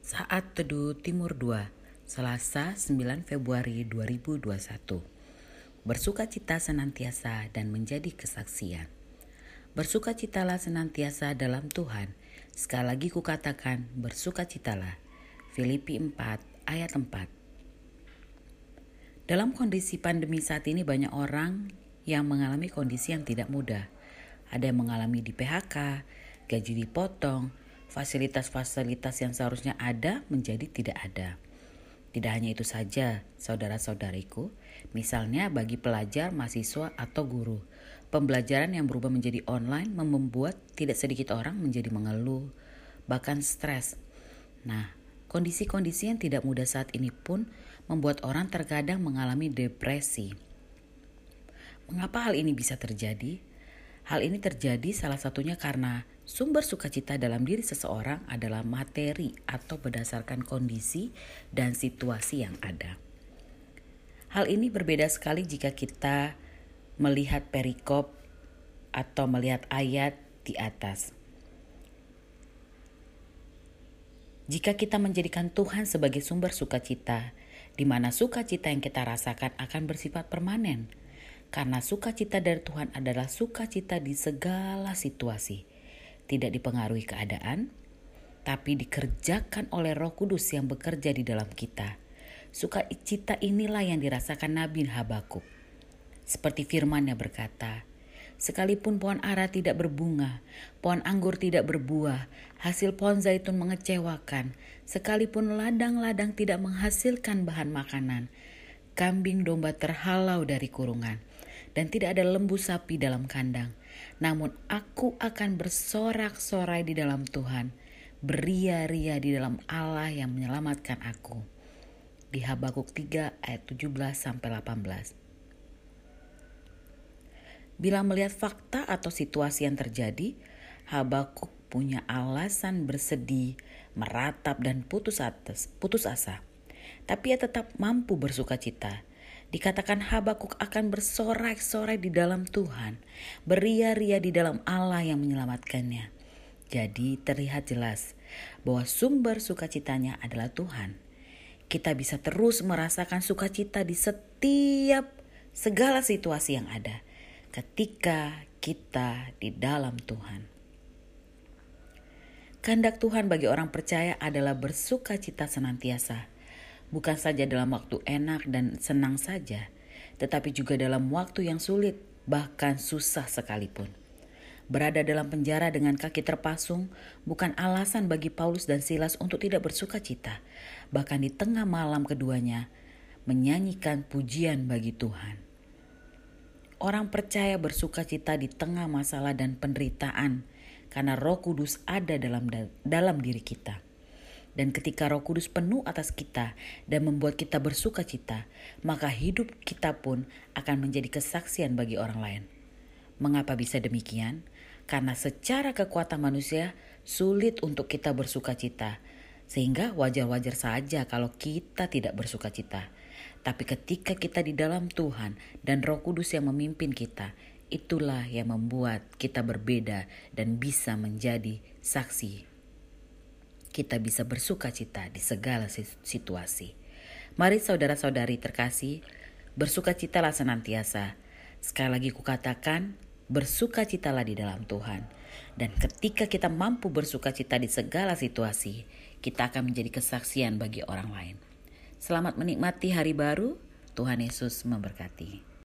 Saat Teduh Timur 2, Selasa 9 Februari 2021. Bersukacita senantiasa dan menjadi kesaksian. Bersukacitalah senantiasa dalam Tuhan. Sekali lagi kukatakan, bersukacitalah. Filipi 4 ayat 4. Dalam kondisi pandemi saat ini banyak orang yang mengalami kondisi yang tidak mudah. Ada yang mengalami di PHK, gaji dipotong, fasilitas-fasilitas yang seharusnya ada menjadi tidak ada. Tidak hanya itu saja, saudara-saudariku, misalnya bagi pelajar, mahasiswa, atau guru, pembelajaran yang berubah menjadi online membuat tidak sedikit orang menjadi mengeluh, bahkan stres. Nah, kondisi-kondisi yang tidak mudah saat ini pun membuat orang terkadang mengalami depresi. Mengapa hal ini bisa terjadi? Hal ini terjadi salah satunya karena sumber sukacita dalam diri seseorang adalah materi atau berdasarkan kondisi dan situasi yang ada. Hal ini berbeda sekali jika kita melihat perikop atau melihat ayat di atas. Jika kita menjadikan Tuhan sebagai sumber sukacita, di mana sukacita yang kita rasakan akan bersifat permanen. Karena sukacita dari Tuhan adalah sukacita di segala situasi. Tidak dipengaruhi keadaan, tapi dikerjakan oleh Roh Kudus yang bekerja di dalam kita. Sukacita inilah yang dirasakan Nabi Habakuk. Seperti firman-Nya berkata, sekalipun pohon ara tidak berbunga, pohon anggur tidak berbuah, hasil pohon zaitun mengecewakan, sekalipun ladang-ladang tidak menghasilkan bahan makanan, kambing domba terhalau dari kurungan, dan tidak ada lembu sapi dalam kandang. Namun aku akan bersorak-sorai di dalam Tuhan, beria-ria di dalam Allah yang menyelamatkan aku. Di Habakuk 3 ayat 17-18. Bila melihat fakta atau situasi yang terjadi, Habakuk punya alasan bersedih, meratap dan putus asa. Tapi ia tetap mampu bersukacita. Dikatakan Habakuk akan bersorak-sorai di dalam Tuhan, beria-ria di dalam Allah yang menyelamatkannya. Jadi terlihat jelas bahwa sumber sukacitanya adalah Tuhan. Kita bisa terus merasakan sukacita di setiap segala situasi yang ada ketika kita di dalam Tuhan. Kehendak Tuhan bagi orang percaya adalah bersukacita senantiasa. Bukan saja dalam waktu enak dan senang saja, tetapi juga dalam waktu yang sulit, bahkan susah sekalipun. Berada dalam penjara dengan kaki terpasung bukan alasan bagi Paulus dan Silas untuk tidak bersukacita. Bahkan di tengah malam keduanya menyanyikan pujian bagi Tuhan. Orang percaya bersukacita di tengah masalah dan penderitaan karena Roh Kudus ada dalam diri kita. Dan ketika Roh Kudus penuh atas kita dan membuat kita bersukacita, maka hidup kita pun akan menjadi kesaksian bagi orang lain. Mengapa bisa demikian? Karena secara kekuatan manusia sulit untuk kita bersukacita, sehingga wajar-wajar saja kalau kita tidak bersukacita. Tapi ketika kita di dalam Tuhan dan Roh Kudus yang memimpin kita, itulah yang membuat kita berbeda dan bisa menjadi saksi. Kita bisa bersukacita di segala situasi. Mari saudara-saudari terkasih, bersukacitalah senantiasa. Sekali lagi kukatakan, bersukacitalah di dalam Tuhan. Dan ketika kita mampu bersukacita di segala situasi, kita akan menjadi kesaksian bagi orang lain. Selamat menikmati hari baru. Tuhan Yesus memberkati.